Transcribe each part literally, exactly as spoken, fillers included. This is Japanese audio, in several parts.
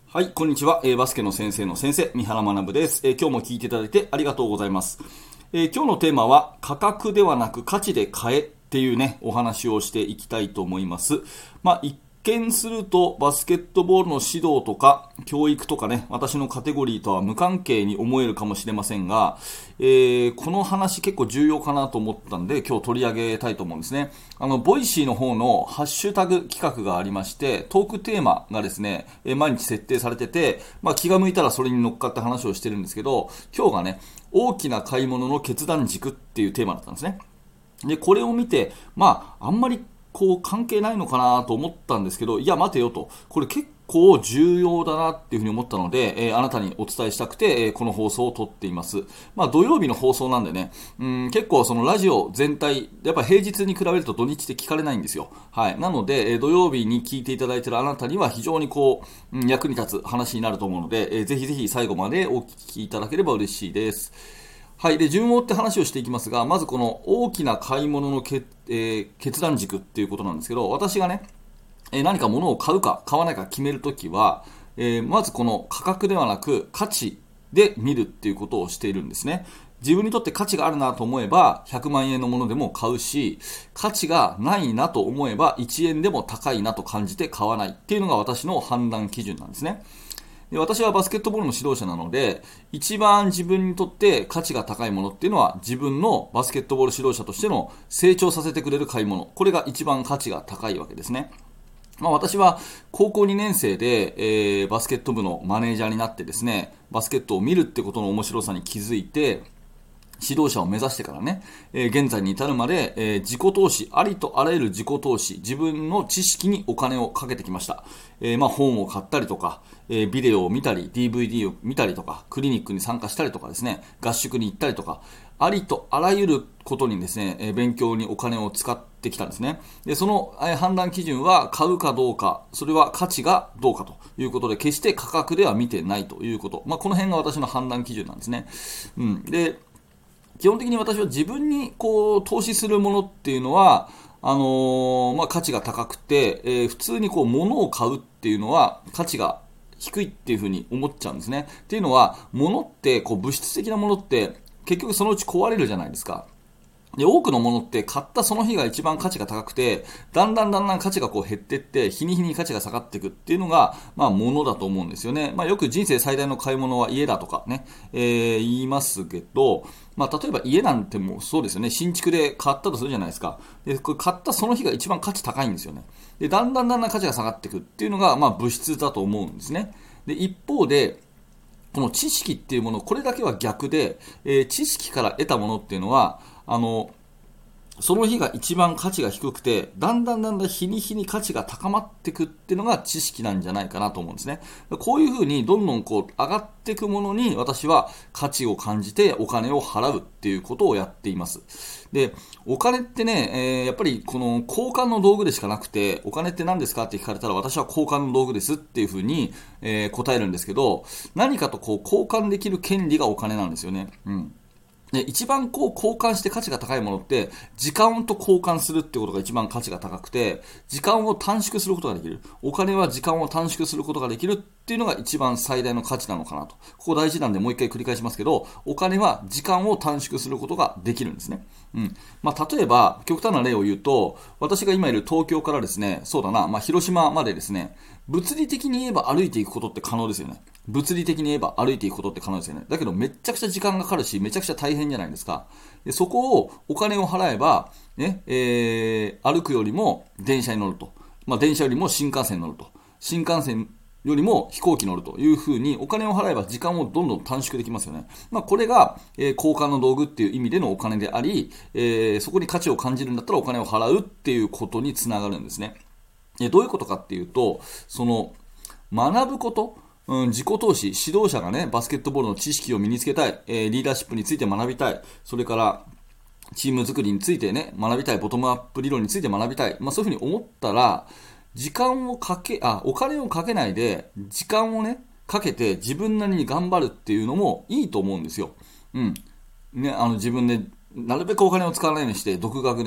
はい、こんにちは。えーバスケの先生の先生、三原学です、えー今日も聞いていただいてありがとうございます。えー今日のテーマは、価格ではなく価値で買えっていうね、お話をしていきたいと思います。まあ、一見すると、バスケットボールの指導とか、教育とかね、私のカテゴリーとは無関係に思えるかもしれませんが、えーこの話結構重要かなと思ったんで、今日取り上げたいと思うんですね。あの、ボイシーの方のハッシュタグ企画がありまして、トークテーマがですね、えー毎日設定されてて、まあ気が向いたらそれに乗っかって話をしてるんですけど、今日がね、大きな買い物の決断軸っていうテーマだったんですね。で、これを見て、まあ、あんまりこう関係ないのかなと思ったんですけど、いや、待てよと。これ結構重要だなっていうふうに思ったので、えーあなたにお伝えしたくて、えーこの放送を撮っています。まあ、土曜日の放送なんでね、うん、結構そのラジオ全体、やっぱ平日に比べると土日って聞かれないんですよ。はい。なので、えー土曜日に聞いていただいているあなたには非常にこう、うん役に立つ話になると思うので、えーぜひぜひ最後までお聞きいただければ嬉しいです。はい。で、順を追って話をしていきますが、まずこの大きな買い物のけ、えー決断軸っていうことなんですけど、私がね、えー何か物を買うか買わないか決めるときは、えーまずこの価格ではなく価値で見るっていうことをしているんですね。自分にとって価値があるなと思えばひゃくまん円のものでも買うし、価値がないなと思えばいちえんでも高いなと感じて買わないっていうのが私の判断基準なんですね。で、私はバスケットボールの指導者なので、一番自分にとって価値が高いものっていうのは、自分のバスケットボール指導者としての成長させてくれる買い物。これが一番価値が高いわけですね。まあ、私は高校にねん生で、えーバスケット部のマネージャーになってですね、バスケットを見るってことの面白さに気づいて、指導者を目指してからね、えー現在に至るまで、えー自己投資、ありとあらゆる自己投資、自分の知識にお金をかけてきました。えーまあ本を買ったりとか、えービデオを見たり、ディーブイディー を見たりとか、クリニックに参加したりとかですね、合宿に行ったりとか、ありとあらゆることにですね、えー勉強にお金を使ってきたんですね。で、その、えー判断基準は買うかどうか、それは価値がどうかということで、決して価格では見てないということ。まあこの辺が私の判断基準なんですね。うん。で、基本的に私は自分にこう投資するものっていうのは、あのーまあ、価値が高くて、えー普通にこう物を買うっていうのは価値が低いっていうふうに思っちゃうんですね。っていうのは、物ってこう物質的なものって結局そのうち壊れるじゃないですか。で、多くのものって買ったその日が一番価値が高くて、だんだんだんだん価値がこう減っていって、日に日に価値が下がっていくっていうのが、まあ、ものだと思うんですよね。まあ、よく人生最大の買い物は家だとかね、えー言いますけど、まあ、例えば家なんてもそうですよね。新築で買ったとするじゃないですか。で、これ買ったその日が一番価値高いんですよね。で、だんだんだんだん価値が下がっていくっていうのが、まあ、物質だと思うんですね。で、一方で、この知識っていうもの、これだけは逆で、えー知識から得たものっていうのは、あの、その日が一番価値が低くて、だんだんだんだん日に日に価値が高まっていくっていうのが知識なんじゃないかなと思うんですね。こういうふうにどんどんこう上がっていくものに私は価値を感じてお金を払うっていうことをやっています。で、お金ってね、えーやっぱりこの交換の道具でしかなくて、お金って何ですかって聞かれたら私は交換の道具ですっていうふうに、えー答えるんですけど、何かとこう交換できる権利がお金なんですよね。うん。で、一番こう交換して価値が高いものって、時間と交換するってことが一番価値が高くて、時間を短縮することができる。お金は時間を短縮することができるっていうのが一番最大の価値なのかなと。ここ大事なんでもう一回繰り返しますけど、お金は時間を短縮することができるんですね。うん。まあ、例えば、極端な例を言うと、私が今いる東京からですね、そうだな、まあ、広島までですね、物理的に言えば歩いていくことって可能ですよね。物理的に言えば歩いていくことって可能ですよね。だけどめっちゃくちゃ時間がかかるし、めちゃくちゃ大変じゃないですか。でそこをお金を払えば、ね、えー、歩くよりも電車に乗ると。まあ、電車よりも新幹線に乗ると。新幹線よりも飛行機乗るというふうにお金を払えば時間をどんどん短縮できますよね。まあ、これが、えー交換の道具っていう意味でのお金であり、えーそこに価値を感じるんだったらお金を払うっていうことにつながるんですね。でどういうことかっていうと、その学ぶこと、うん、自己投資、指導者がね、バスケットボールの知識を身につけたい、えーリーダーシップについて学びたい、それからチーム作りについてね、学びたい、ボトムアップ理論について学びたい、まあそういうふうに思ったら、時間をかけ、あ、お金をかけないで、時間をね、かけて自分なりに頑張るっていうのもいいと思うんですよ。うん。ね、あの自分でなるべくお金を使わないようにして独学でね、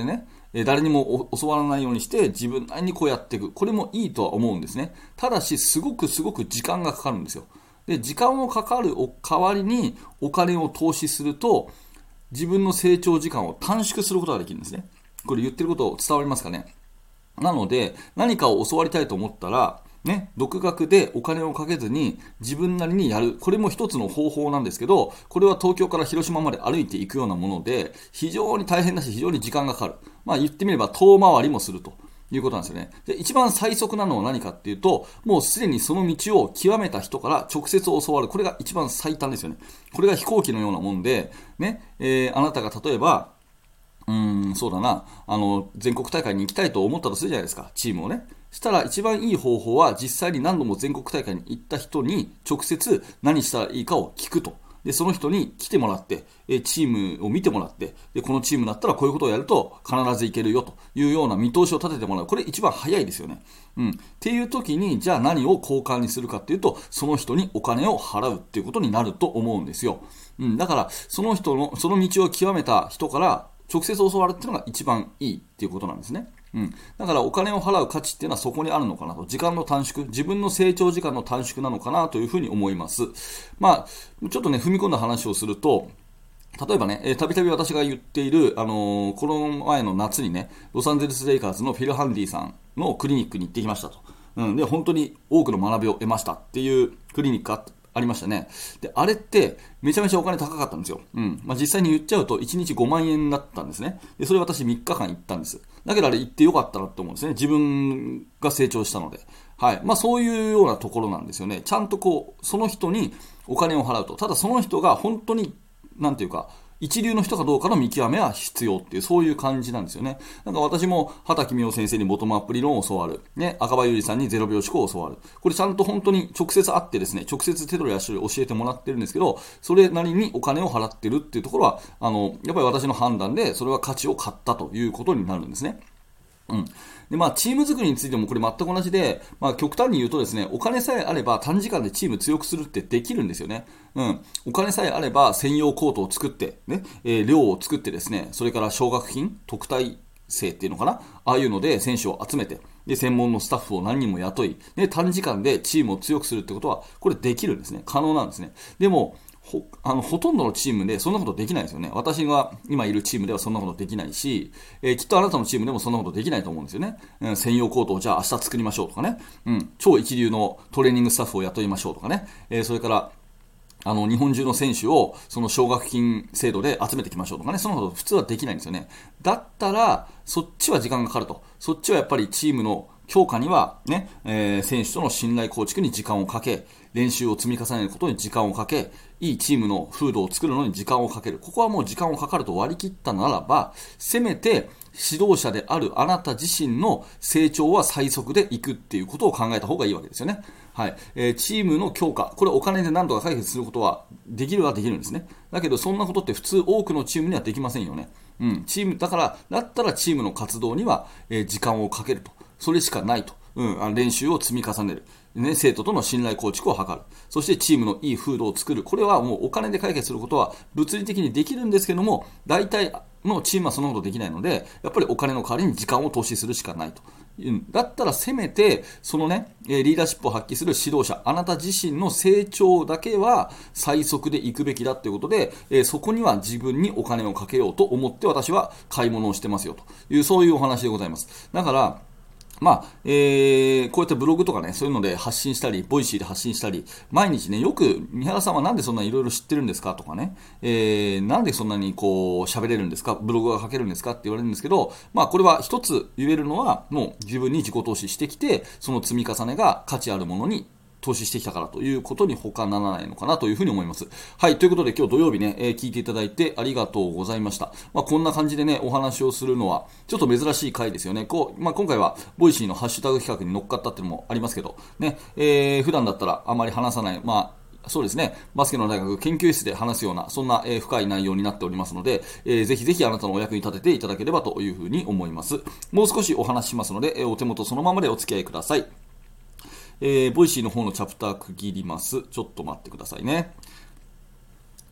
えー、誰にも教わらないようにして自分なりにこうやっていく。これもいいとは思うんですね。ただし、すごくすごく時間がかかるんですよ。で、時間をかかる代わりにお金を投資すると、自分の成長時間を短縮することができるんですね。これ言ってること伝わりますかね。なので、何かを教わりたいと思ったら、ね、独学でお金をかけずに自分なりにやる。これも一つの方法なんですけど、これは東京から広島まで歩いていくようなもので、非常に大変だし、非常に時間がかかる。まあ言ってみれば遠回りもするということなんですよね。で、一番最速なのは何かっていうと、もうすでにその道を極めた人から直接教わる。これが一番最短ですよね。これが飛行機のようなもんで、ね、えー、あなたが例えば、うーん、そうだな。あの、全国大会に行きたいと思ったとするじゃないですか。チームをね。したら一番いい方法は実際に何度も全国大会に行った人に直接何したらいいかを聞くと。で、その人に来てもらって、えチームを見てもらって、で、このチームだったらこういうことをやると必ずいけるよというような見通しを立ててもらう。これ一番早いですよね。うん。っていう時に、じゃあ何を交換にするかっていうと、その人にお金を払うっていうことになると思うんですよ。うん。だから、その人の、その道を極めた人から直接教わるっていうのが一番いいっていうことなんですね。うん、だからお金を払う価値っていうのはそこにあるのかなと。時間の短縮、自分の成長時間の短縮なのかなというふうに思います。まあ、ちょっとね、踏み込んだ話をすると、例えばね、たびたび私が言っている、あのー、この前の夏にね、ロサンゼルスレイカーズのフィル・ハンディさんのクリニックに行ってきましたと。うん、で、本当に多くの学びを得ましたっていうクリニックあってありましたね。で、あれってめちゃめちゃお金高かったんですよ。うん。まあ、実際に言っちゃうといちにちごまんえんだったんですね。で、それ私みっかかん行ったんです。だけどあれ行ってよかったなと思うんですね。自分が成長したので。はい。まあそういうようなところなんですよね。ちゃんとこう、その人にお金を払うと。ただその人が本当に、なんていうか、一流の人かどうかの見極めは必要っていう、そういう感じなんですよね。なんか私も、畑美夫先生にボトムアップ理論を教わる。ね、赤羽優里さんにゼロびょう思考を教わる。これちゃんと本当に直接会ってですね、直接手取り足取り教えてもらってるんですけど、それなりにお金を払ってるっていうところは、あの、やっぱり私の判断で、それは価値を買ったということになるんですね。うん。で、まあ、チーム作りについてもこれ全く同じで、まあ、極端に言うとですね、お金さえあれば短時間でチーム強くするってできるんですよね。うん。お金さえあれば専用コートを作って、ね、えー、寮を作ってですね、それから奨学金、特待生っていうのかな、ああいうので選手を集めて、で、専門のスタッフを何人も雇い、ね、短時間でチームを強くするってことは、これできるんですね。可能なんですね。でも、ほあのほとんどのチームでそんなことできないですよね。私が今いるチームではそんなことできないし、えー、きっとあなたのチームでもそんなことできないと思うんですよね。うん、専用コートをじゃあ明日作りましょうとかね、うん、超一流のトレーニングスタッフを雇いましょうとかね、えー、それからあの日本中の選手をその奨学金制度で集めていきましょうとかね、そんなこと普通はできないんですよね。だったらそっちは時間がかかると。そっちはやっぱりチームの強化にはね、えー、選手との信頼構築に時間をかけ、練習を積み重ねることに時間をかけ、いいチームの風土を作るのに時間をかける。ここはもう時間をかかると割り切ったならば、せめて指導者であるあなた自身の成長は最速でいくっていうことを考えた方がいいわけですよね。はい。えー、チームの強化。これお金で何とか解決することはできるはできるんですね。だけどそんなことって普通多くのチームにはできませんよね。うん。チーム、だから、だったらチームの活動には、えー、時間をかけると。それしかないと。うん。練習を積み重ねる。ね、生徒との信頼構築を図る。そしてチームのいい風土を作る。これはもうお金で解決することは物理的にできるんですけども、大体のチームはそんなことできないので、やっぱりお金の代わりに時間を投資するしかないと。うん、だったらせめて、そのね、リーダーシップを発揮する指導者、あなた自身の成長だけは最速で行くべきだということで、そこには自分にお金をかけようと思って私は買い物をしてますよという、そういうお話でございます。だから、まあ、えー、こうやってブログとかね、そういうので発信したり、ボイシーで発信したり、毎日ね、よく、三原さんはなんでそんないろいろ知ってるんですかとかね、えー、なんでそんなにこう、喋れるんですか、ブログが書けるんですかって言われるんですけど、まあ、これは一つ言えるのは、もう自分に自己投資してきて、その積み重ねが価値あるものに投資してきたからということに他ならないのかなというふうに思います。はい。ということで今日土曜日ね、えー、聞いていただいてありがとうございました。まあ、こんな感じでね、お話をするのはちょっと珍しい回ですよね。こう、まあ、今回はボイシーのハッシュタグ企画に乗っかったっていうのもありますけど、ね、えー、普段だったらあまり話さない、まあ、そうですね。バスケの大学研究室で話すような、そんな、えー、深い内容になっておりますので、えー、ぜひぜひあなたのお役に立てていただければというふうに思います。もう少しお話ししますので、えー、お手元そのままでお付き合いください。えー、ボイシーの方のチャプター区切ります。ちょっと待ってくださいね。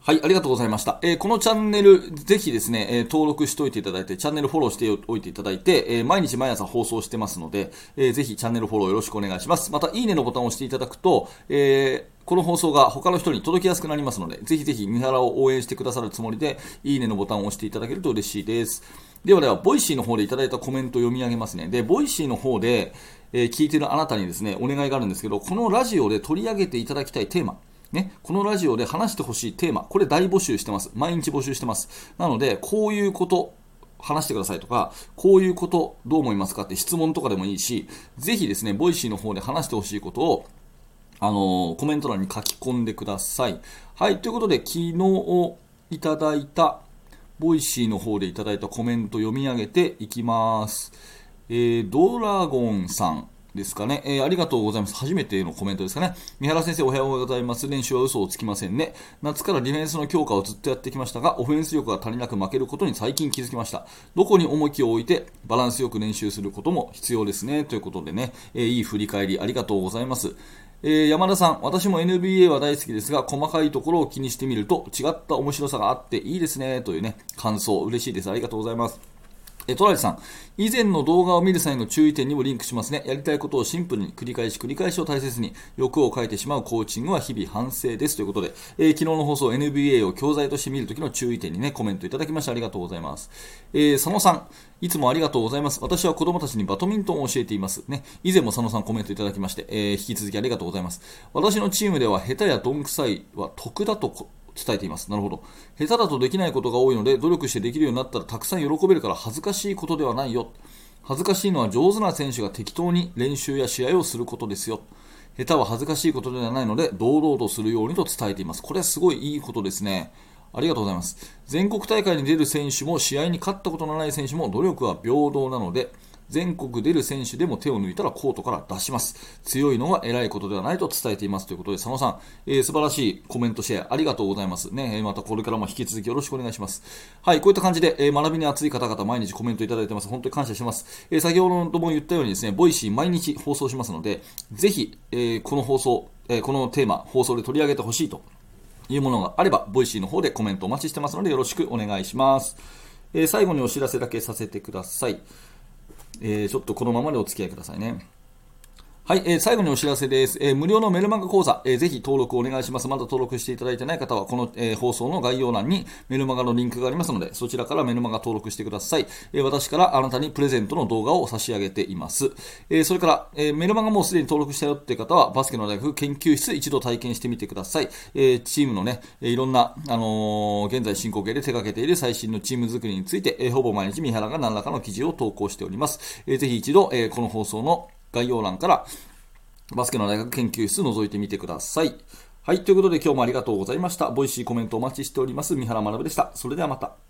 はい、ありがとうございました。えーこのチャンネル、ぜひですね、えー登録しておいていただいて、チャンネルフォローしておいていただいて、えー毎日毎朝放送してますので、えーぜひチャンネルフォローよろしくお願いします。また、いいねのボタンを押していただくと、えーこの放送が他の人に届きやすくなりますので、ぜひぜひ三原を応援してくださるつもりで、いいねのボタンを押していただけると嬉しいです。ではでは、ボイシーの方でいただいたコメントを読み上げますね。で、ボイシーの方で、えー聞いているあなたにですね、お願いがあるんですけど、このラジオで取り上げていただきたいテーマ、ね、このラジオで話してほしいテーマ、これ大募集してます。毎日募集してます。なので、こういうこと、話してくださいとか、こういうことどう思いますかって質問とかでもいいし、ぜひですね、ボイシーの方で話してほしいことを、あのーコメント欄に書き込んでください。はい、ということで、昨日いただいた、ボイシーの方でいただいたコメント読み上げていきます。えー、ドラゴンさんですかね、えー、ありがとうございます。初めてのコメントですかね。三原先生おはようございます。練習は嘘をつきませんね。夏からディフェンスの強化をずっとやってきましたが、オフェンス力が足りなく負けることに最近気づきました。どこに重きを置いてバランスよく練習することも必要ですね。ということでね、えー、いい振り返りありがとうございます。えー、山田さん、私も エヌビーエー は大好きですが、細かいところを気にしてみると違った面白さがあっていいですね。というね、感想、嬉しいです。ありがとうございます。えトライさん、以前の動画を見る際の注意点にもリンクしますね。やりたいことをシンプルに繰り返し繰り返しを大切に欲をかいてしまうコーチングは日々反省ですということで、えー、昨日の放送 エヌビーエー を教材として見るときの注意点にねコメントいただきましてありがとうございます。えー、佐野さん、いつもありがとうございます。私は子供たちにバドミントンを教えていますね。以前も佐野さんコメントいただきまして、えー、引き続きありがとうございます。私のチームでは下手やどんくさいは得だと伝えています。なるほど。下手だとできないことが多いので、努力してできるようになったらたくさん喜べるから恥ずかしいことではないよ。恥ずかしいのは上手な選手が適当に練習や試合をすることですよ。下手は恥ずかしいことではないので、堂々とするようにと伝えています。これはすごいいいことですね。ありがとうございます。全国大会に出る選手も試合に勝ったことのない選手も努力は平等なので、全国出る選手でも手を抜いたらコートから出します。強いのは偉いことではないと伝えていますということで、佐野さん、えー、素晴らしいコメントシェアありがとうございますね。またこれからも引き続きよろしくお願いします。はい、こういった感じで、えー、学びに熱い方々毎日コメントいただいてます。本当に感謝してます。えー、先ほども言ったようにですね、ボイシー毎日放送しますので、ぜひ、えー、この放送、えー、このテーマ放送で取り上げてほしいというものがあれば、ボイシーの方でコメントお待ちしてますのでよろしくお願いします。えー、最後にお知らせだけさせてください。えー、ちょっとこのままでお付き合いくださいね。はい、えー、最後にお知らせです。えー、無料のメルマガ講座、えー、ぜひ登録お願いします。まだ登録していただいてない方は、この、えー、放送の概要欄にメルマガのリンクがありますので、そちらからメルマガ登録してください。えー、私からあなたにプレゼントの動画を差し上げています。えー、それから、えー、メルマガもうすでに登録したよって方は、バスケの大学研究室一度体験してみてください。えー、チームのね、いろんな、あのー、現在進行形で手掛けている最新のチーム作りについて、えー、ほぼ毎日三原が何らかの記事を投稿しております。えー、ぜひ一度、えー、この放送の概要欄からバスケの大学研究室覗いてみてください。はい、ということで今日もありがとうございました。ボイシーコメントお待ちしております。三原学でした。それではまた。